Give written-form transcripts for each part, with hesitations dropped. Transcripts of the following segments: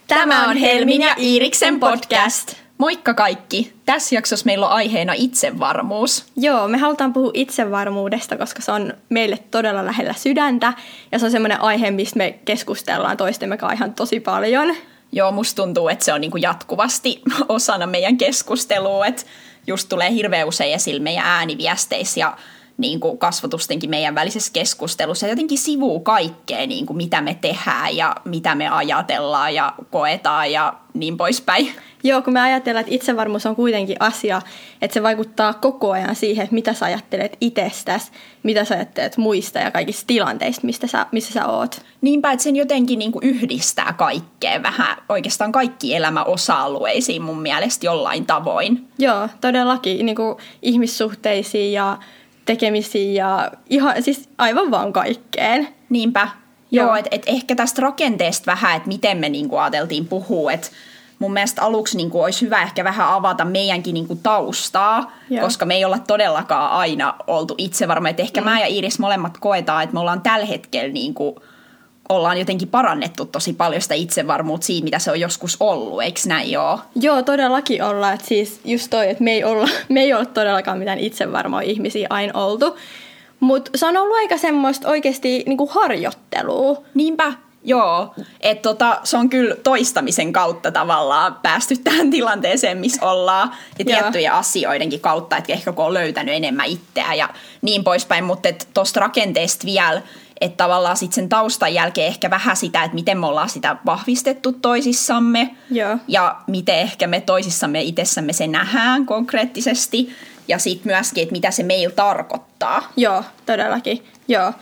Tämä on Helmin ja Iiriksen podcast. Moikka kaikki! Tässä jaksossa meillä on aiheena itsevarmuus. Joo, me halutaan puhua itsevarmuudesta, koska se on meille todella lähellä sydäntä. Ja se on semmoinen aihe, mistä me keskustellaan toistemme kanssa ihan tosi paljon. Joo, musta tuntuu, että se on niinku jatkuvasti osana meidän keskustelua. Että just tulee hirveän usein esille meidän ääniviesteissä ja niinku kasvatustenkin meidän välisessä keskustelussa. Jotenkin sivuu kaikkea, niinku mitä me tehdään ja mitä me ajatellaan ja koetaan ja niin poispäin. Joo, kun me ajatellaan, että itsevarmuus on kuitenkin asia, että se vaikuttaa koko ajan siihen, että mitä sä ajattelet itsestäsi, mitä sä ajattelet muista ja kaikista tilanteista, missä sä oot. Niinpä, että sen jotenkin niinku yhdistää kaikkea vähän, oikeastaan kaikki elämän osa-alueisiin mun mielestä jollain tavoin. Joo, todellakin niinku ihmissuhteisiin ja tekemisiin ja ihan, siis aivan vaan kaikkeen. Niinpä. Joo, et ehkä tästä rakenteesta vähän, että miten me niinku ajateltiin puhua, että mun mielestä aluksi niinku olisi hyvä ehkä vähän avata meidänkin niinku taustaa, koska me ei olla todellakaan aina oltu itsevarmoja. Ehkä mä ja Iiris molemmat koetaan, että me ollaan tällä hetkellä ollaan jotenkin parannettu tosi paljon sitä itsevarmuutta siitä, mitä se on joskus ollut, eikö näin ole? Joo, todellakin ollaan. Että siis just toi, että me ei olla todellakaan mitään itsevarmoja ihmisiä aina oltu. Mutta se on ollut aika semmoista oikeasti niinku harjoittelua. Niinpä. Joo, että se on kyllä toistamisen kautta tavallaan päästy tähän tilanteeseen, missä ollaan. Ja tiettyjen asioidenkin kautta, että ehkä kun on löytänyt enemmän itseä ja niin poispäin. Mutta tuosta rakenteesta vielä, että tavallaan sitten sen taustan jälkeen ehkä vähän sitä, että miten me ollaan sitä vahvistettu toisissamme. Joo. Ja miten ehkä me toisissamme itsessämme se nähdään konkreettisesti. Ja sitten myöskin, että mitä se meillä tarkoittaa. Joo, todellakin. Joo.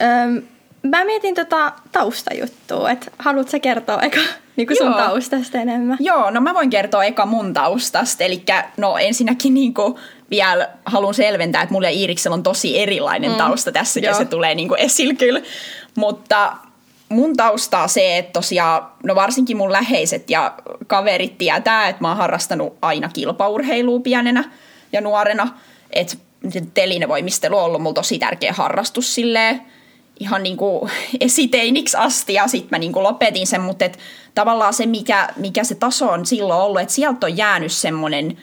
Mä mietin taustajuttua, että haluatko sä kertoa eka niin sun taustasta enemmän? Joo, no mä voin kertoa eka mun taustasta. Eli no ensinnäkin vielä haluan selventää, että mulla ja Iiriksellä on tosi erilainen tausta tässäkin, ja se tulee esille kyllä. Mutta mun tausta on se, että tosiaan, no varsinkin mun läheiset ja kaverit tietää, että mä oon harrastanut aina kilpaurheilua pienenä ja nuorena. Että telinevoimistelu on ollut mulla tosi tärkeä harrastus silleen. Ihan esiteiniksi asti ja sitten mä lopetin sen, mutta tavallaan se, mikä se taso on silloin ollut, että sieltä on jäänyt semmoinen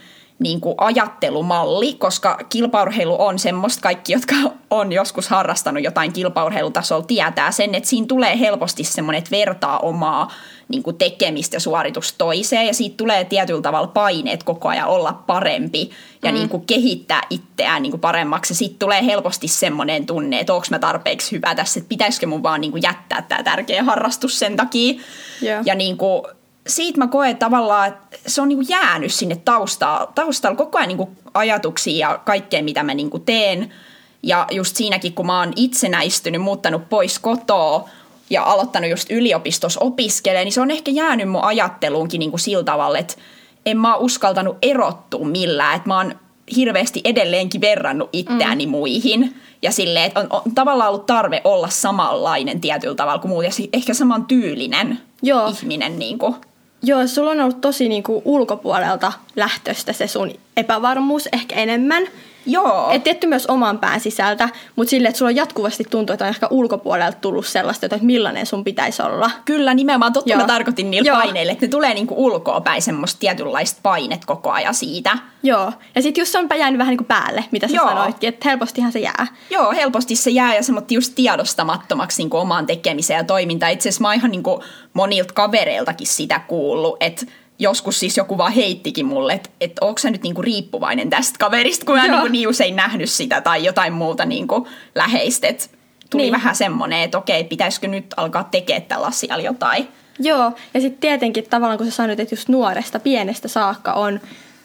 ajattelumalli, koska kilpaurheilu on semmoista, kaikki, jotka on joskus harrastanut jotain kilpaurheilutasolla, tietää sen, että siinä tulee helposti semmoinen, että vertaa omaa tekemistä ja suoritusta toiseen, ja siitä tulee tietyllä tavalla paineet koko ajan olla parempi ja kehittää itseään paremmaksi. Sitten tulee helposti semmoinen tunne, että onko mä tarpeeksi hyvä tässä, että pitäisikö mun vaan jättää tämä tärkeä harrastus sen takia. Yeah. Ja siitä mä koen tavallaan, että se on jäänyt sinne taustalla koko ajan ajatuksia ja kaikkea, mitä mä teen. Ja just siinäkin, kun mä oon itsenäistynyt, muuttanut pois kotoa ja aloittanut just yliopistossa opiskelemaan, niin se on ehkä jäänyt mun ajatteluunkin sillä tavalla, että en mä oon uskaltanut erottua millään. Että mä oon hirveästi edelleenkin verrannut itseäni muihin. Ja silleen, että on tavallaan ollut tarve olla samanlainen tietyllä tavalla kuin muut. Ja ehkä samantyylinen ihminen. Joo, sulla on ollut tosi ulkopuolelta lähtöstä se sun epävarmuus ehkä enemmän. Joo. Et tietty myös oman pään sisältä, mutta silleen, että sulla jatkuvasti tuntuu, että on ehkä ulkopuolelta tullut sellaista, että millainen sun pitäisi olla. Kyllä, nimenomaan totta mä tarkoitin niillä paineilla, että ne tulee ulkoa päin semmoista tietynlaista painet koko ajan siitä. Joo, ja sitten just se on jäänyt vähän päälle, mitä sä sanoitkin, että helpostihan se jää. Joo, helposti se jää ja semmoinen just tiedostamattomaksi omaan tekemiseen ja toimintaan. Itse asiassa mä oon ihan monilta kavereiltakin sitä kuullut, että joskus siis joku vaan heittikin mulle, että onko sä nyt riippuvainen tästä kaverista, kun mä niin usein nähnyt sitä tai jotain muuta läheistä. Et tuli vähän semmoinen, että okei, pitäisikö nyt alkaa tekemään tällä asialla jotain. Joo, ja sitten tietenkin tavallaan kun sä sanoit, että just nuoresta, pienestä saakka on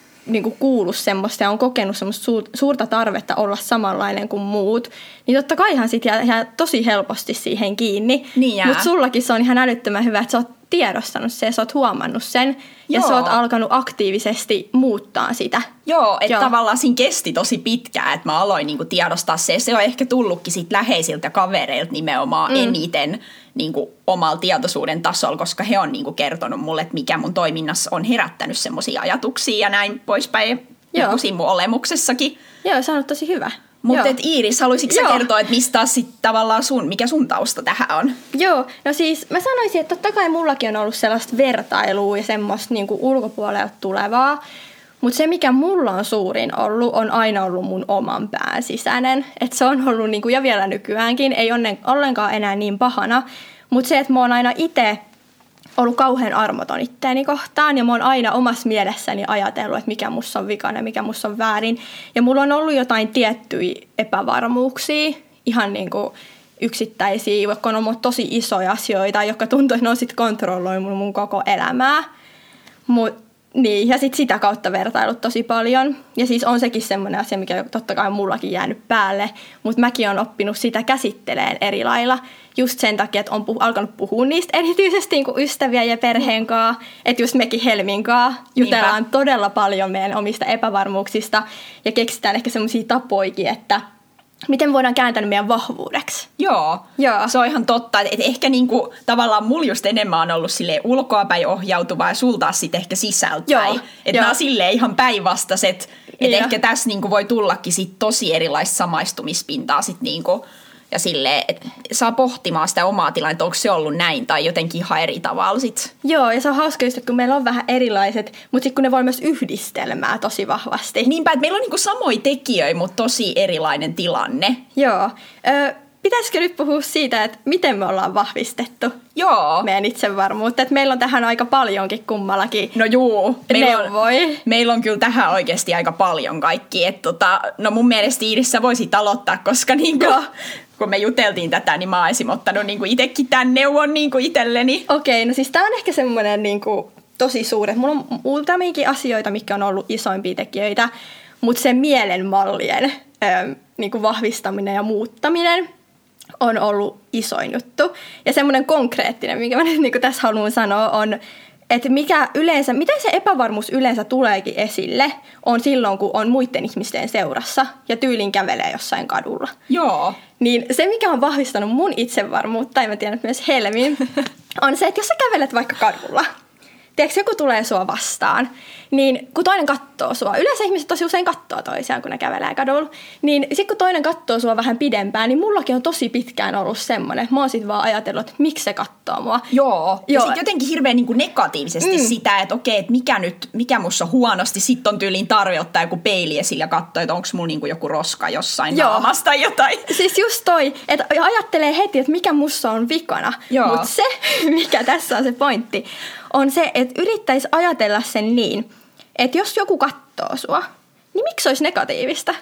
kuullut semmoista ja on kokenut semmoista suurta tarvetta olla samanlainen kuin muut, niin totta kaihan sit jää tosi helposti siihen kiinni. Niin mutta sullakin se on ihan älyttömän hyvä, että sä oot tiedostanut sen, sä oot huomannut sen ja sä oot alkanut aktiivisesti muuttaa sitä. Joo, että tavallaan siinä kesti tosi pitkään, että mä aloin tiedostaa se. Se on ehkä tullutkin sit läheisiltä kavereilta nimenomaan eniten omalla tietoisuuden tasolla, koska he on kertonut mulle, että mikä mun toiminnassa on herättänyt semmoisia ajatuksia ja näin poispäin. Siinä mun olemuksessakin. Joo, se on tosi hyvä. Mutta Iiris, haluaisitko sä kertoa, että mistä sitten tavallaan mikä sun tausta tähän on? Joo, no siis mä sanoisin, että totta kai mullakin on ollut sellaista vertailua ja semmoista niinku ulkopuolelta tulevaa. Mutta se, mikä mulla on suurin ollut, on aina ollut mun oman pään sisäinen. Että se on ollut, niinku, ja vielä nykyäänkin, ei ollenkaan enää niin pahana. Mutta se, että mä oon aina itse ollut kauhean armoton itteeni kohtaan. Ja mä oon aina omassa mielessäni ajatellut, että mikä musta on vikana ja mikä musta on väärin. Ja mulla on ollut jotain tiettyjä epävarmuuksia, ihan niinku yksittäisiä, jotka on ollut tosi isoja asioita, jotka tuntuu, että ne on sit kontrolloinut mun koko elämää. Niin, ja sitten sitä kautta vertailut tosi paljon. Ja siis on sekin semmoinen asia, mikä totta kai on mullakin jäänyt päälle. Mutta mäkin olen oppinut sitä käsitteleen eri lailla. Just sen takia, että on alkanut puhua niistä erityisesti niin kuin ystäviä ja perheen kanssa. Että just mekin Helmin kanssa jutellaan todella paljon meidän omista epävarmuuksista. Ja keksitään ehkä semmoisia tapoikin, että miten voidaan kääntää meidän vahvuudeksi. Joo, se on ihan totta. Et ehkä niinku, tavallaan mulla just enemmän on ollut silleen ulkoapäin ohjautuvaa ja sul taas sit ehkä sisältäpäin. Että nämä on silleen ihan päinvastaiset. Että ehkä tässä niinku voi tullakin sit tosi erilaista samaistumispintaa sit niinku, ja silleen, että saa pohtimaan sitä omaa tilannetta, onko se ollut näin tai jotenkin ihan eri tavalla sit. Joo, ja se on hauska just, että kun meillä on vähän erilaiset, mutta sitten kun ne voi myös yhdistelmää tosi vahvasti. Niinpä, että meillä on niinku samoja tekijöitä, mutta tosi erilainen tilanne. Joo. Pitäisikö nyt puhua siitä, että miten me ollaan vahvistettu meidän itsevarmuutta? Että meillä on tähän aika paljonkin kummallakin neuvoja. Meillä on kyllä tähän oikeasti aika paljon kaikki. No mun mielestä Iiris, sä voisit aloittaa, koska niinku, kun me juteltiin tätä, niin mä oon esim. Ottanut niinku itsekin tämän neuvon niinku itselleni. Okei, no siis tää on ehkä semmoinen niinku tosi suuri. Mulla on muutamiakin asioita, mitkä on ollut isoimpia tekijöitä, mutta se mielenmallien niinku vahvistaminen ja muuttaminen on ollut isoin juttu. Ja semmoinen konkreettinen, minkä mä nyt niin tässä haluan sanoa, on, että miten se epävarmuus yleensä tuleekin esille, on silloin, kun on muiden ihmisten seurassa ja tyylin kävelee jossain kadulla. Joo. Niin se, mikä on vahvistanut mun itsevarmuutta, ja mä tiedän myös Helmin, on se, että jos sä kävelet vaikka kadulla, tiedätkö, joku tulee sua vastaan, niin kun toinen katsoo sua, yleensä ihmiset tosi usein katsoo toisiaan, kun ne kävelee kadulla, niin sit kun toinen katsoo sua vähän pidempään, niin mullakin on tosi pitkään ollut semmoinen, että mä oon sit vaan ajatellut, että miksi se katsoo mua. Joo. Ja sit jotenkin hirveän niin kuin negatiivisesti sitä, että okei, että mikä musta on huonosti, sit on tyyliin tarve ottaa joku peili esille ja katsoa, että onko mulla niin kuin joku roska jossain naamasta tai jotain. Siis just toi, että ajattelee heti, että mikä musta on vikana, mutta se, mikä tässä on se pointti, on se, että yrittäisi ajatella sen niin, että jos joku katsoo sua, niin miksi se olisi negatiivista?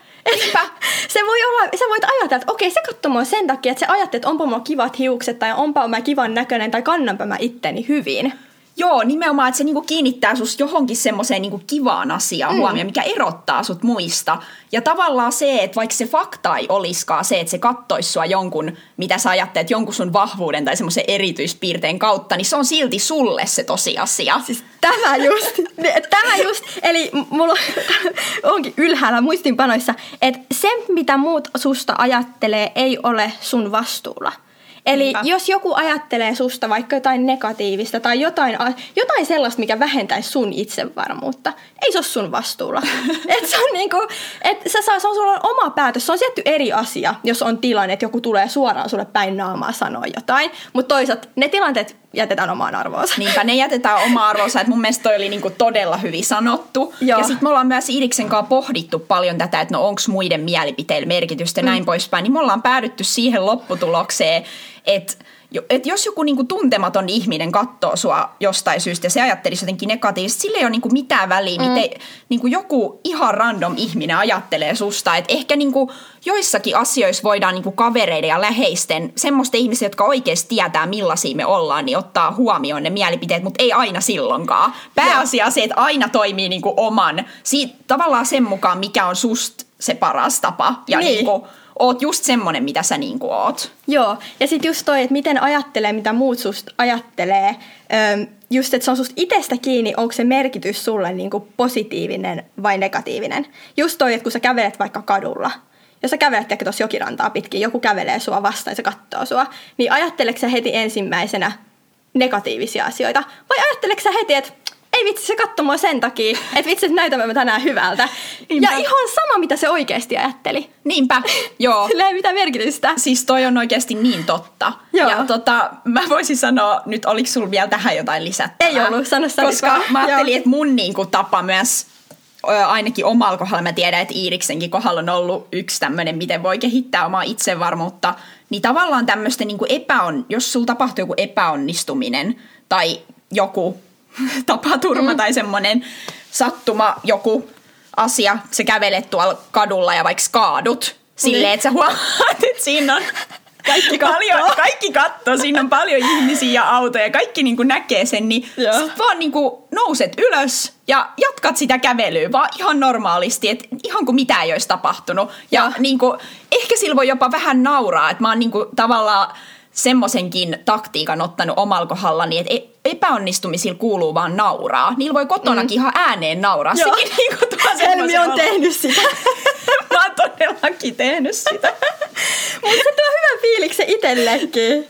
Sä voit ajatella, että okei, se katsoo mua sen takia, että se ajattelee, että onpa mulla kivat hiukset tai onpa mä kivan näköinen tai kannanpa mä itteni hyvin. Joo, nimenomaan, että se niinku kiinnittää sus johonkin semmoiseen niinku kivaan asiaan huomioon, mikä erottaa sut muista. Ja tavallaan se, että vaikka se fakta ei olisikaan se, että se kattoisi sua jonkun, mitä sä ajattelet, jonkun sun vahvuuden tai semmoisen erityispiirteen kautta, niin se on silti sulle se tosiasia. Siis tämä just. Eli mulla onkin ylhäällä muistinpanoissa, että se, mitä muut susta ajattelee, ei ole sun vastuulla. Eli jos joku ajattelee susta vaikka jotain negatiivista tai jotain sellaista, mikä vähentäisi sun itsevarmuutta, ei se ole sun vastuulla. Se on niinku, se on sulla oma päätös. Se on tietty eri asia, jos on tilanne, että joku tulee suoraan sulle päin naamaa sanoa jotain. Mutta toisaalta ne tilanteet jätetään omaan arvoonsa. Niinpä, ne jätetään omaan arvoonsa. Että mun mielestä toi oli niinku todella hyvin sanottu. Joo. Ja sitten me ollaan myös Iiriksen kanssa pohdittu paljon tätä, että no onko muiden mielipiteillä merkitystä ja näin poispäin. Niin me ollaan päädytty siihen lopputulokseen, että jos joku niinku tuntematon ihminen katsoo sua jostain syystä ja se ajattelisi jotenkin negatiivisesti, sillä ei ole niinku mitään väliä, miten niinku joku ihan random ihminen ajattelee susta. Et ehkä niinku joissakin asioissa voidaan niinku kavereiden ja läheisten, semmoisten ihmisiä, jotka oikeasti tietää millaisia me ollaan, niin ottaa huomioon ne mielipiteet, mutta ei aina silloinkaan. Pääasia se, että aina toimii niinku oman, tavallaan sen mukaan, mikä on susta se paras tapa. Ja niinku, oot just semmonen, mitä sä niinku oot. Joo, ja sit just toi, että miten ajattelee, mitä muut susta ajattelee. Just, että se on susta itsestä kiinni, onko se merkitys sulle niinku positiivinen vai negatiivinen. Just toi, että kun sä kävelet vaikka kadulla, jos sä kävelet ehkä tuossa jokirantaa pitkin, joku kävelee sua vastaan ja se katsoo sua, niin ajatteleksä sä heti ensimmäisenä negatiivisia asioita? Vai ajatteleksä sä heti, että ei vitsi se katsoi mua sen takia, että vitsi, että näytämme me tänään hyvältä. Niinpä. Ja ihan sama, mitä se oikeasti ajatteli. Niinpä, joo. Sillä ei mitään merkitystä. Siis toi on oikeasti niin totta. Joo. Ja mä voisin sanoa, nyt oliko sulla vielä tähän jotain lisättävää? Ei ollut, sano sä koska mä ajattelin, että mun niinku tapa myös, ainakin omalla kohdalla, mä tiedän, että Iiriksenkin kohdalla on ollut yksi tämmöinen, miten voi kehittää omaa itsevarmuutta, niin tavallaan tämmöistä niinku jos sulla tapahtuu joku epäonnistuminen tai joku tapaturma tai semmoinen sattuma, joku asia, sä kävelet tuolla kadulla ja vaikka kaadut silleen, että sä huomaat, että siinä on kaikki kattoo, siinä on paljon ihmisiä ja autoja, kaikki niinku näkee sen, niin sit vaan niinku nouset ylös ja jatkat sitä kävelyä vaan ihan normaalisti, että ihan kuin mitään ei olisi tapahtunut. Ja niinku, ehkä sillä voi jopa vähän nauraa, että mä oon niinku tavallaan semmoisenkin taktiikan ottanut omalla kohdallani, että epäonnistumisilla kuuluu vaan nauraa. Niillä voi kotonakin ihan ääneen nauraa. Joo. Sekin niinku tuo Helmi on tehnyt sitä. Mä oon todellakin tehnyt sitä. Mutta se tuo hyvän fiiliksen itsellekin.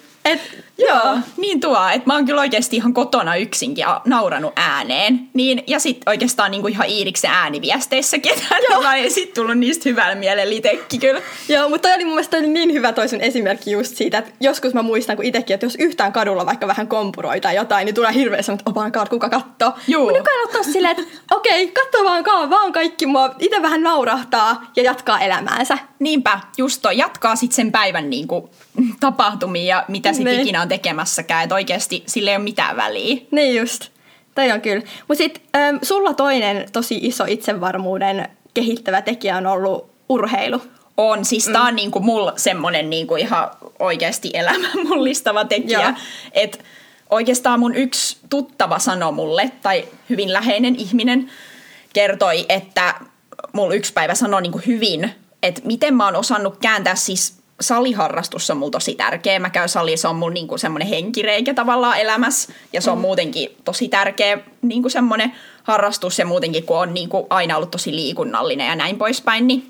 Joo, niin tuo, että mä oon kyllä oikeasti ihan kotona yksinkin ja nauranut ääneen. Niin, ja sit oikeastaan niinku ihan Iiriksen ääniviesteissäkin, että ei sit tullut niistä hyvällä mielellä itekin kyllä. Joo, mutta toi oli mun mielestä niin hyvä toi sun esimerkki just siitä, että joskus mä muistan kun itekin, että jos yhtään kadulla vaikka vähän kompuroi tai jotain, niin tulee hirveä sanoa, että opaan kaad, kuka kattoo. Mutta nykyään ottaa silleen, että okei, katso vaan kaikki mua, ite vähän naurahtaa ja jatkaa elämäänsä. Niinpä, just toi, jatkaa sit sen päivän niinku tapahtumia ja mitä sit ikinä on tekemässäkään, että oikeasti sillä ei ole mitään väliä. Niin just, toi on kyllä. Mutta sit sulla toinen tosi iso itsevarmuuden kehittävä tekijä on ollut urheilu. On, siis tää on niinku mulla semmonen niinku ihan oikeasti elämän mullistava tekijä, että oikeastaan mun yksi tuttava sanoi mulle, tai hyvin läheinen ihminen kertoi, että mulla yksi päivä sanoi niinku hyvin, että miten mä oon osannut kääntää siis saliharrastus on mulla tosi tärkeä. Mä käyn salilla, se on mulla niinku semmoinen henkireikä tavallaan elämässä. Ja se on muutenkin tosi tärkeä niinku semmoinen harrastus. Ja muutenkin, kun on niinku aina ollut tosi liikunnallinen ja näin poispäin, niin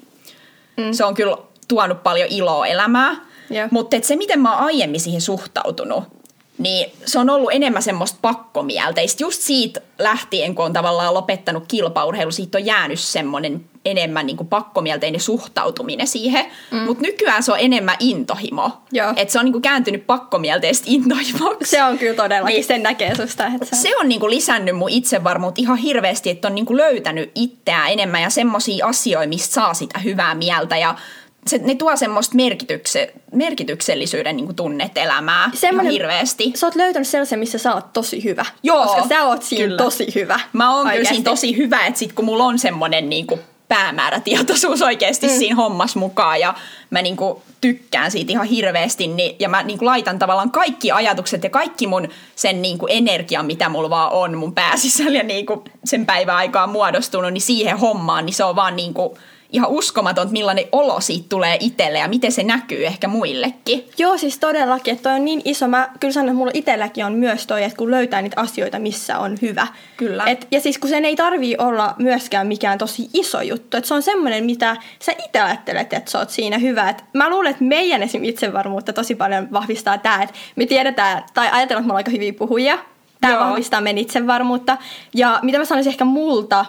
se on kyllä tuonut paljon iloa elämää. Mutta se, miten mä oon aiemmin siihen suhtautunut, niin se on ollut enemmän semmoista pakkomieltä. Ja just siitä lähtien, kun on tavallaan lopettanut kilpaurheilu, siitä on jäänyt semmoinen enemmän niin kuin pakkomielteinen suhtautuminen siihen. Mutta nykyään se on enemmän intohimo. Että se on niin kuin kääntynyt pakkomielteistä intohimoksi. Se on kyllä todellakin, niin, sen näkee susta. Se on niin kuin lisännyt mun itsevarmuutta ihan hirveästi, että on niin kuin löytänyt itseään enemmän ja semmoisia asioita, mistä saa sitä hyvää mieltä ja ne tuo semmoista merkityksellisyyden niin kuin tunnetta elämää ihan hirveästi. Sä oot löytänyt sellaisen, missä sä oot tosi hyvä. Joo, koska sä oot siinä tosi hyvä. Mä oon kyllä siinä tosi hyvä, että sit kun mulla on semmoinen niin kuin päämäärätietoisuus oikeasti siinä hommassa mukaan ja mä niin kuin tykkään siitä ihan hirveästi niin, ja mä niin kuin laitan tavallaan kaikki ajatukset ja kaikki mun sen niin kuin energian, mitä mulla vaan on mun pääsisällä ja niin kuin sen päivän aikaa muodostunut, niin siihen hommaan, niin se on vaan niin kuin ihan uskomaton, että millainen olo siitä tulee itselle ja miten se näkyy ehkä muillekin. Joo, siis todellakin, että toi on niin iso. Mä kyllä sanon, että mulla itselläkin on myös toi, että kun löytää niitä asioita, missä on hyvä. Kyllä. Ja siis kun sen ei tarvii olla myöskään mikään tosi iso juttu. Että se on semmoinen, mitä sä itse ajattelet, että sä oot siinä hyvä. Et mä luulen, että meidän esimerkiksi itsevarmuutta tosi paljon vahvistaa tää, että me tiedetään, tai ajatellaan, että me ollaan aika hyviä puhujia. Tää vahvistaa meidän itsevarmuutta. Ja mitä mä sanoisin ehkä multa,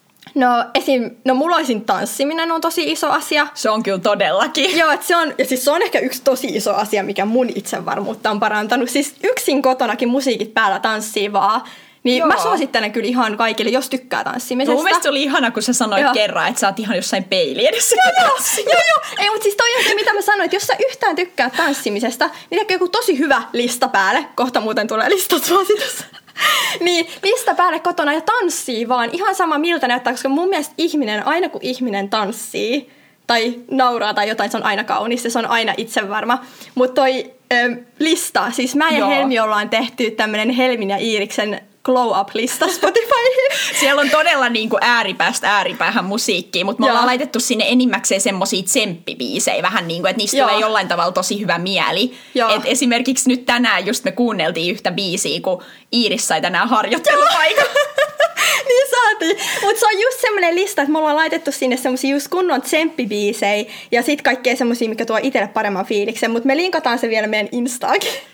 No mulla esim. Tanssiminen on tosi iso asia. Se on kyllä todellakin. Joo, että se on ehkä yksi tosi iso asia, mikä mun itsevarmuutta on parantanut. Siis yksin kotonakin musiikit päällä tanssii vaan. Niin mä suosittelen kyllä ihan kaikille, jos tykkää tanssimisesta. Mun mielestä oli ihana, kun sä sanoit kerran, että sä oot ihan jossain peili edessä. Joo. Ei, mutta siis toi on se, mitä mä sanoin, että jos sä yhtään tykkää tanssimisesta, niin tekee joku tosi hyvä lista päälle. Kohta muuten tulee listasuositus. Niin, lista päälle kotona ja tanssii vaan. Ihan sama miltä näyttää, koska mun mielestä aina kun ihminen tanssii tai nauraa tai jotain, se on aina kaunis ja se on aina itsevarma. Mutta toi lista, siis mä ja Helmi ollaan tehty tämmönen Helmin ja Iiriksen Glow Up-lista Spotifyhin. Siellä on todella niinku ääripäästä ääripäähän musiikkia, mutta me ollaan laitettu sinne enimmäkseen semmosia tsemppibiisejä vähän niin kuin, että niistä tulee jollain tavalla tosi hyvä mieli. Et esimerkiksi nyt tänään just me kuunneltiin yhtä biisiä, kun Iiris sai tänään harjoittelupaikan. Niin saatiin. Mutta se on just semmoinen lista, että me ollaan laitettu sinne semmosia just kunnon tsemppibiisejä ja sit kaikkea semmosia, mikä tuo itselle paremman fiiliksen. Mutta me linkataan se vielä meidän Instaakin.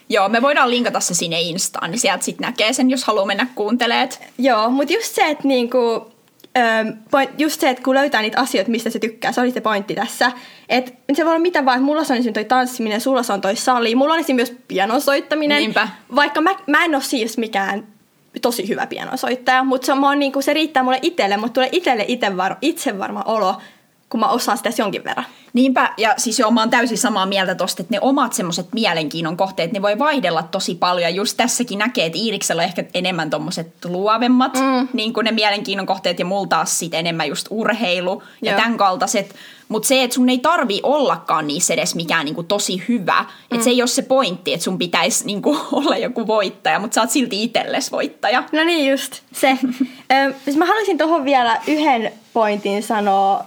Joo, me voidaan linkata se sinne Instaan, niin sieltä sitten näkee sen, jos haluaa mennä kuunteleet. Joo, mutta just se, että niinku, just se, että kun löytää niitä asioita, mistä se tykkää, se oli se pointti tässä. Että se voi olla mitä vaan, että mulla on esimerkiksi toi tanssiminen, sulla on toi sali, mulla on esimerkiksi myös pianosoittaminen. Niinpä. Vaikka mä en ole siis mikään tosi hyvä pianosoittaja, mutta se riittää mulle itselle, mutta tulee itselle itsevarma olo, kun mä osaan sitä jonkin verran. Niinpä, ja siis joo, mä oon täysin samaa mieltä tosta, että ne omat semmoiset mielenkiinnon kohteet, ne voi vaihdella tosi paljon. Ja just tässäkin näkee, että Iiriksellä on ehkä enemmän tommoset luovemmat, niin kuin ne mielenkiinnon kohteet, ja mulla taas sit enemmän just urheilu ja tämän kaltaiset. Mutta se, että sun ei tarvii ollakaan niissä edes mikään niinku tosi hyvä. Että se ei ole se pointti, että sun pitäisi niinku olla joku voittaja, mutta sä oot silti itsellesi voittaja. No niin, just se. Mä haluaisin tuohon vielä yhden pointin sanoa,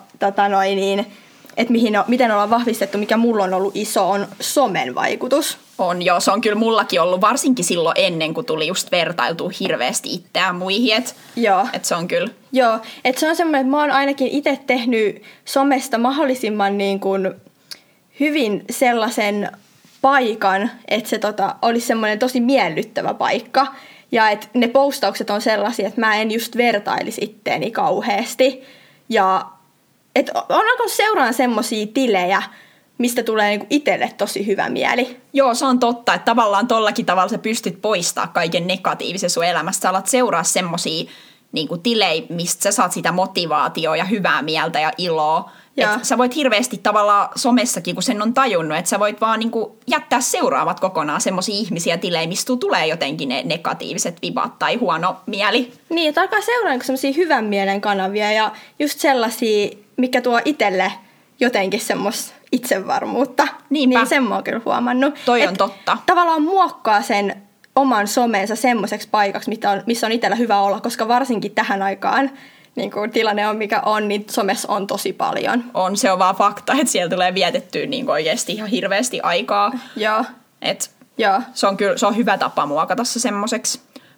että miten ollaan vahvistettu, mikä mulla on ollut iso, on somen vaikutus. On joo, se on kyllä mullakin ollut, varsinkin silloin ennen, kun tuli just vertailtua hirveästi itseään muihin, että se on kyllä. Joo, että se on semmoinen, että mä oon ainakin itse tehnyt somesta mahdollisimman niin kuin hyvin sellaisen paikan, että se olisi semmoinen tosi miellyttävä paikka. Ja että ne postaukset on sellaisia, että mä en just vertailisi itteeni kauheasti. Ja että on alkanut seuraamaan semmosia tilejä, mistä tulee niinku itselle tosi hyvä mieli. Joo, se on totta, että tavallaan tollakin tavalla sä pystyt poistamaan kaiken negatiivisen sun elämästä. Sä alat seuraa semmosia niinku tilejä, mistä sä saat sitä motivaatiota ja hyvää mieltä ja iloa. Että sä voit hirveästi tavallaan somessakin, kun sen on tajunnut, että sä voit vaan niinku jättää seuraavat kokonaan semmosia ihmisiä tilejä, mistä tulee jotenkin ne negatiiviset vibat tai huono mieli. Niin, että alkaa seuraa semmosia hyvän mielen kanavia ja just sellaisia, mikä tuo itselle jotenkin semmoista itsevarmuutta. Niinpä. Niin sen mä oon kyllä huomannut. Toi on totta. Tavallaan muokkaa sen oman someensa semmoiseksi paikaksi, missä on itsellä hyvä olla, koska varsinkin tähän aikaan niin kun tilanne on mikä on, niin somessa on tosi paljon. Se on vaan fakta, että siellä tulee vietettyä niin oikeasti ihan hirveästi aikaa. Joo. Se on kyllä, se on hyvä tapa muokata se semmoiseksi.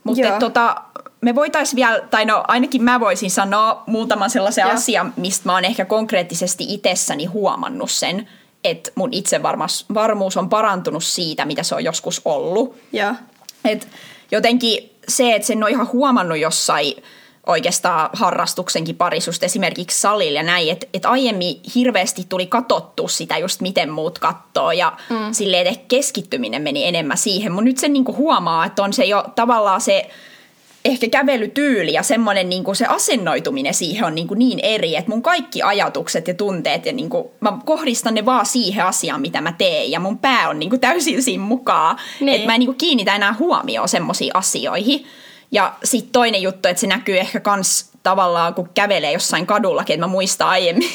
Mutta me voitaisiin vielä, tai no ainakin mä voisin sanoa muutaman sellaisen asian, mistä mä oon ehkä konkreettisesti itsessäni huomannut sen, että mun itsevarmuus on parantunut siitä, mitä se on joskus ollut. Joo. Et jotenkin se, että sen on ihan huomannut jossain oikeastaan harrastuksenkin parisusta, esimerkiksi salilla ja näin, että aiemmin hirveästi tuli katsottua sitä just miten muut kattoo ja silleen, että keskittyminen meni enemmän siihen, mutta nyt sen niinku huomaa, että on se jo tavallaan se ehkä kävelytyyli ja semmoinen niinku se asennoituminen siihen on niinku niin eri, että mun kaikki ajatukset ja tunteet ja niinku, mä kohdistan ne vaan siihen asiaan, mitä mä teen ja mun pää on niinku täysin siinä mukaan, niin. Että mä en niinku kiinnitä enää huomioon semmoisiin asioihin. Ja sitten toinen juttu, että se näkyy ehkä kans tavallaan, kun kävelee jossain kadullakin, että mä muistan aiemmin.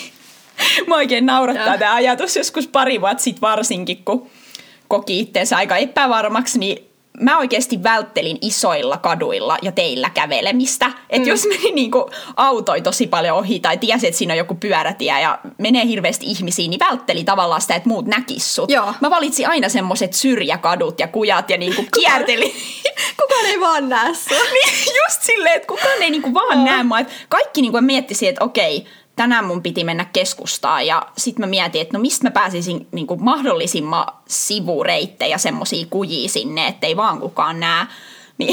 Mä oikein naurattaa tämä ajatus joskus pari vuotta sitten varsinkin, kun koki itseensä aika epävarmaksi, niin mä oikeasti välttelin isoilla kaduilla ja teillä kävelemistä. Että jos meni niinku autoi tosi paljon ohi tai tiesi, että siinä on joku pyörätie ja menee hirveästi ihmisiin, niin vältteli tavallaan sitä, että muut näkis sut. Joo. Mä valitsin aina semmoset syrjäkadut ja kujat ja niinku kiertelin. Kukaan ei vaan näe sua. Niin, just silleen, että kukaan ei niinku vaan näe mua. Et kaikki niinku miettisi, että okei, tänään mun piti mennä keskustaan ja sit mä mietin, että no mistä mä pääsisin niinku mahdollisimman sivureittejä semmosia kujia sinne, ettei vaan kukaan näe. Niin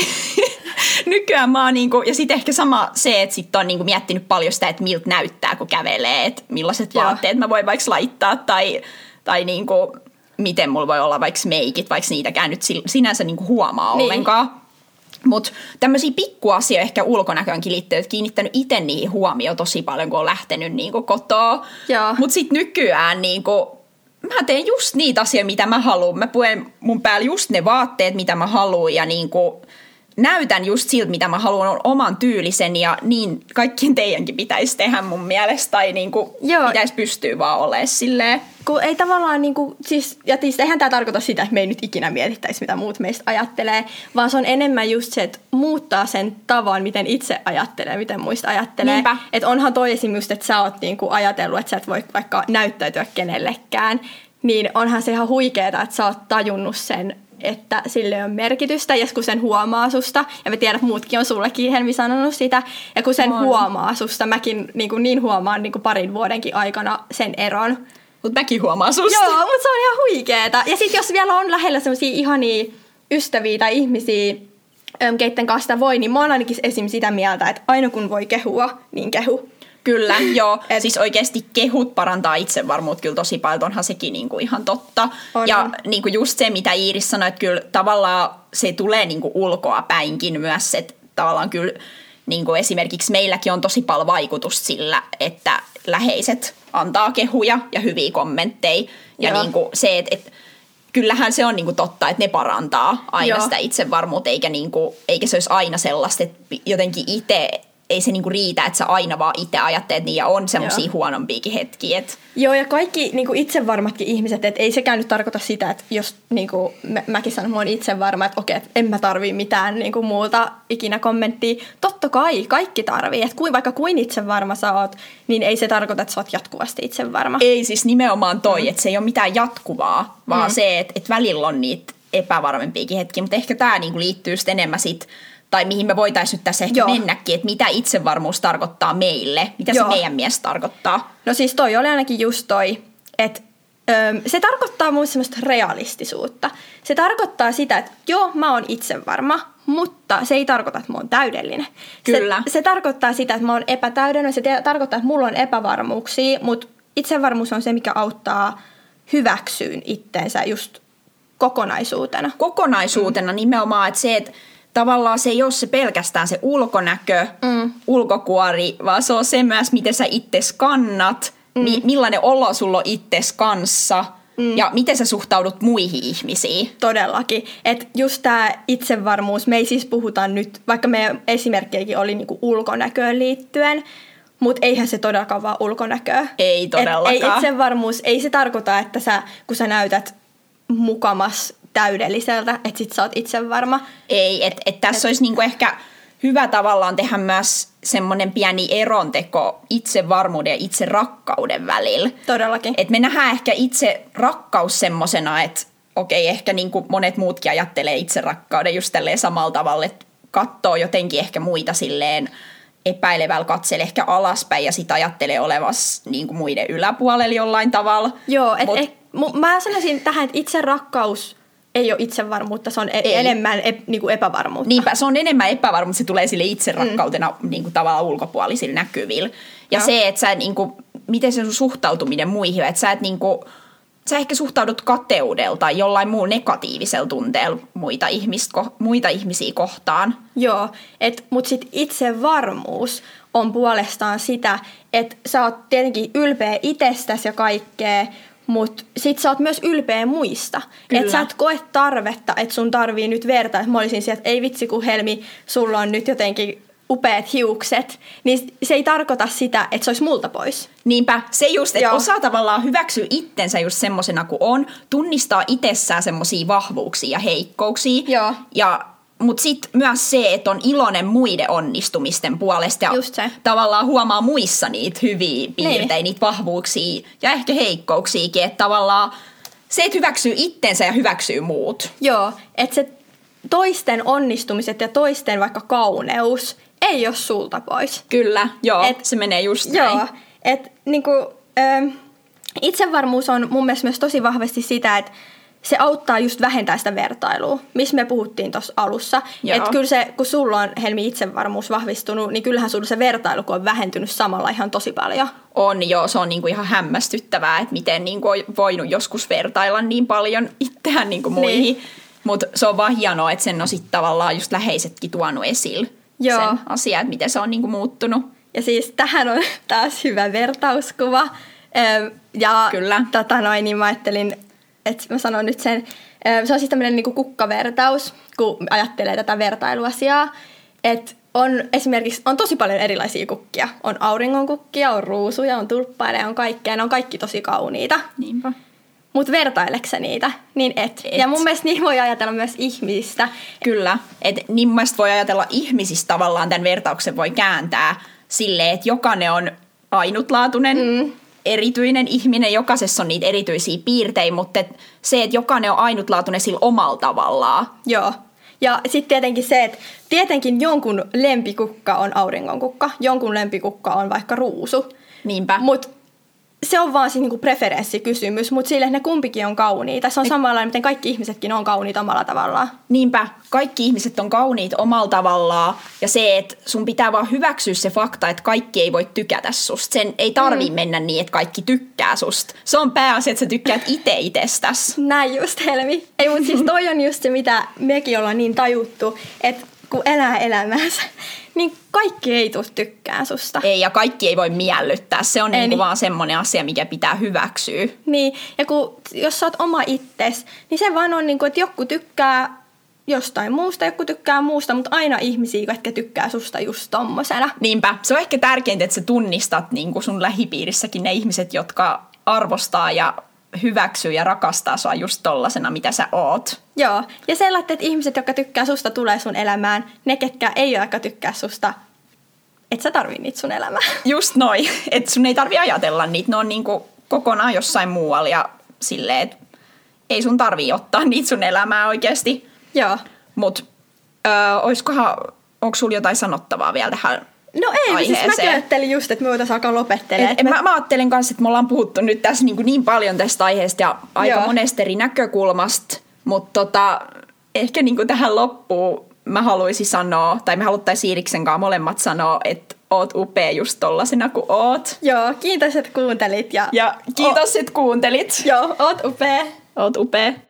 nykyään mä oon niinku, ja sit ehkä sama se, että sit on niinku miettinyt paljon sitä, että miltä näyttää kun kävelee, että millaiset vaatteet mä voin vaikka laittaa tai niinku, miten mulla voi olla vaikka meikit, vaikka niitäkään nyt sinänsä niinku huomaa ollenkaan. Mutta tämmöisiä pikkuasioita ehkä ulkonäköönkin liittyy, että kiinnittänyt itse niihin huomioon tosi paljon, kun on lähtenyt niinku kotoa. Mutta sitten nykyään niinku, mä teen just niitä asioita, mitä mä haluan. Mä puen mun päällä just ne vaatteet, mitä mä haluan ja niinku näytän just siltä, mitä mä haluan oman tyylisen ja niin kaikkien teidänkin pitäisi tehdä mun mielestä tai niinku pitäisi pystyä vaan olemaan silleen. Kun ei tavallaan niinku, siis eihän tää tarkoita sitä, että me ei nyt ikinä mietittäisi, mitä muut meistä ajattelee, vaan se on enemmän just se, että muuttaa sen tavan, miten itse ajattelee, miten muista ajattelee. Että onhan toi esimerkiksi, että sä oot niinku ajatellut, että sä et voi vaikka näyttäytyä kenellekään, niin onhan se ihan huikeeta, että sä oot tajunnut sen, että sille on merkitystä, ja kun sen huomaa susta, ja mä tiedän, että muutkin on sullekin Helmi sanonut sitä, ja kun sen huomaa susta, mäkin niin huomaan niin parin vuodenkin aikana sen eron. Mutta mäkin huomaan susta. Joo, mutta se on ihan huikeeta. Ja sitten jos vielä on lähellä semmosia ihania ystäviä tai ihmisiä, keitten kanssa sitä voi, niin mä oon ainakin esim. Sitä mieltä, että aina kun voi kehua, niin kehu. Kyllä, joo. Siis oikeasti kehut parantaa itsevarmuutta kyllä tosi paljon, onhan sekin niinku ihan totta. On. Ja niinku just se, mitä Iiris sanoi, että kyllä tavallaan se tulee niinku ulkoa päinkin myös, että tavallaan kyllä niinku esimerkiksi meilläkin on tosi paljon vaikutusta sillä, että läheiset antaa kehuja ja hyviä kommentteja. Ja niinku se, että kyllähän se on niinku totta, että ne parantaa aina sitä itsevarmuutta, eikä se olisi aina sellaista, että jotenkin itse ei se niinku riitä, että sä aina vaan itse ajattelet niin, ja on semmosia huonompiakin hetkiä. Joo, ja kaikki niinku itsevarmatkin ihmiset, että ei sekään nyt tarkoita sitä, että jos niinku, mäkin sanon, että mä oon itsevarma, että okei, että en mä tarvii mitään niinku muuta ikinä kommenttia. Totta kai, kaikki tarvii. Että vaikka kuin itsevarma sä oot, niin ei se tarkoita, että sä oot jatkuvasti itsevarma. Ei siis nimenomaan toi, että se ei ole mitään jatkuvaa, vaan se, että välillä on niitä epävarmempiakin hetkiä, mutta ehkä tää niinku liittyy sitten enemmän sit, tai mihin me voitaisiin nyt tässä ehkä mennäkin, että mitä itsevarmuus tarkoittaa meille, mitä se meidän mielestä tarkoittaa. No siis toi oli ainakin just toi, että se tarkoittaa mun semmoista realistisuutta. Se tarkoittaa sitä, että joo, mä oon itsevarma, mutta se ei tarkoita, että mä oon täydellinen. Kyllä. Se tarkoittaa sitä, että mä oon epätäydellinen, se tarkoittaa, että mulla on epävarmuuksia, mutta itsevarmuus on se, mikä auttaa hyväksyyn itteensä just kokonaisuutena. Kokonaisuutena nimenomaan, että se, että tavallaan se ei ole se pelkästään se ulkonäkö, ulkokuori, vaan se on se myös, miten sä itses kannat, millainen olo sulla on itses kanssa ja miten sä suhtaudut muihin ihmisiin. Todellakin. Että just tää itsevarmuus, me ei siis puhuta nyt, vaikka meidän esimerkkejäkin oli niinku ulkonäköön liittyen, mutta eihän se todellakaan vaan ulkonäköä. Ei todellakaan. Ei itsevarmuus, ei se tarkoita, että kun sä näytät mukamas täydelliseltä, että sit sä oot itsevarma. Ei, että tässä olisi niinku ehkä hyvä tavallaan tehdä myös semmoinen pieni eronteko itsevarmuuden ja itserakkauden välillä. Todellakin. Että me nähdään ehkä itse rakkaus semmosena, että okei, ehkä niinku monet muutkin ajattelee itserakkauden just tälleen samalla tavalla, että katsoo jotenkin ehkä muita silleen epäilevällä katseella ehkä alaspäin ja sit ajattelee olevas niinku muiden yläpuolella jollain tavalla. Joo, mä sanoisin tähän, että itserakkaus ei ole itsevarmuutta, se on enemmän niinku epävarmuutta. Niinpä, se on enemmän epävarmuutta, se tulee sille itserakkautena niinku tavallaan ulkopuolisilla näkyvillä. Ja se, että sä niinku, miten se sun suhtautuminen muihin, että sä ehkä suhtaudut kateudella tai jollain muun negatiivisella tunteella muita ihmisiä kohtaan. Joo, mutta sitten itsevarmuus on puolestaan sitä, että sä oot tietenkin ylpeä itsestäsi ja kaikkea, mutta sit sä oot myös ylpeä muista. Että sä et koe tarvetta, että sun tarvii nyt vertaa. Mä olisin sieltä, että ei vitsi kun Helmi, sulla on nyt jotenkin upeat hiukset. Niin se ei tarkoita sitä, että se olisi multa pois. Niinpä, se just, että osaa tavallaan hyväksyä itsensä just semmosena kuin on. Tunnistaa itsessään semmosia vahvuuksia ja heikkouksia. Joo. Mutta sitten myös se, että on iloinen muiden onnistumisten puolesta ja tavallaan huomaa muissa niitä hyviä piirteitä, niitä vahvuuksia ja ehkä heikkouksiakin. Että tavallaan se, että hyväksyy itsensä ja hyväksyy muut. Joo, että se toisten onnistumiset ja toisten vaikka kauneus ei ole sulta pois. Kyllä, joo, se menee just näin. Joo, että niinku, itsevarmuus on mun mielestä myös tosi vahvasti sitä, että se auttaa just vähentää sitä vertailua, missä me puhuttiin tuossa alussa. Että kyllä se, kun sulla on Helmi itsevarmuus vahvistunut, niin kyllähän sulla se vertailu on vähentynyt samalla ihan tosi paljon. On joo, se on niinku ihan hämmästyttävää, että miten niinku on voinut joskus vertailla niin paljon itseään niinku muihin. Niin. Mutta se on vaan hienoa, että sen on sitten tavallaan just läheisetkin tuonut esille sen asian, että miten se on niinku muuttunut. Ja siis tähän on taas hyvä vertauskuva. Ja kyllä. Niin mä ajattelin, että mä sanon nyt sen. Se on siis tämmöinen niinku kukkavertaus, kun ajattelee tätä vertailuasiaa. Että esimerkiksi on tosi paljon erilaisia kukkia. On auringonkukkia, on ruusuja, on tulppaileja, on kaikkea. Ne on kaikki tosi kauniita. Niinpä. Mutta vertaileksä niitä? Niin et. Ja mun mielestä niin voi ajatella myös ihmisistä. Kyllä. Että niin mun mielestä voi ajatella ihmisistä tavallaan tämän vertauksen voi kääntää silleen, että jokainen on ainutlaatuinen, erityinen ihminen. Jokaisessa on niitä erityisiä piirteitä, mutta se, että jokainen on ainutlaatuinen sillä omalla tavallaan. Joo. Ja sitten tietenkin se, että tietenkin jonkun lempikukka on auringonkukka, jonkun lempikukka on vaikka ruusu. Niinpä. Mutta se on vaan siis niinku preferenssikysymys, mutta sille ne kumpikin on kauniita. Se on samanlainen, miten kaikki ihmisetkin on kauniita omalla tavallaan. Niinpä, kaikki ihmiset on kauniit omalla tavallaan ja se, että sun pitää vaan hyväksyä se fakta, että kaikki ei voi tykätä susta. Sen ei tarvii mennä niin, että kaikki tykkää susta. Se on pääasia, että sä tykkäät itsestäsi. Näin just, Helmi. Ei, mutta siis toi on just se, mitä mekin ollaan niin tajuttu, että kun elää elämäänsä, niin kaikki ei tule tykkää susta. Ei, ja kaikki ei voi miellyttää. Se on niinku vaan semmoinen asia, mikä pitää hyväksyä. Niin, ja jos sä oot oma itses, niin se vaan on niinku, että joku tykkää jostain muusta, joku tykkää muusta, mutta aina ihmisiä, jotka tykkää susta just tommosena. Niinpä. Se on ehkä tärkeintä, että sä tunnistat niinku sun lähipiirissäkin ne ihmiset, jotka arvostaa ja hyväksyy ja rakastaa sua just tollasena, mitä sä oot. Joo, ja sellaiset ihmiset, jotka tykkää susta, tulee sun elämään. Ne, ketkä ei ole, jotka tykkää susta, et sä tarvii niitä sun elämään. Just noin, että sun ei tarvii ajatella niitä. Ne on niinku kokonaan jossain muualla ja silleen, että ei sun tarvii ottaa niitä sun elämää oikeasti. Joo. Mut onko sulla jotain sanottavaa vielä tähän No ei, aiheeseen? siis mä ajattelin just, että me voitaisiin alkaa lopettelemaan. Mä ajattelen kanssa, että me ollaan puhuttu nyt tässä niin paljon tästä aiheesta ja aika monesta eri näkökulmasta, mutta ehkä niin kuin tähän loppuun mä haluaisin sanoa, tai me haluttaisiin Iiriksen kanssa molemmat sanoa, että oot upea just tollasena kuin oot. Joo, kiitos, että kuuntelit. Ja kiitos, että kuuntelit. Joo, oot upea. Oot upea.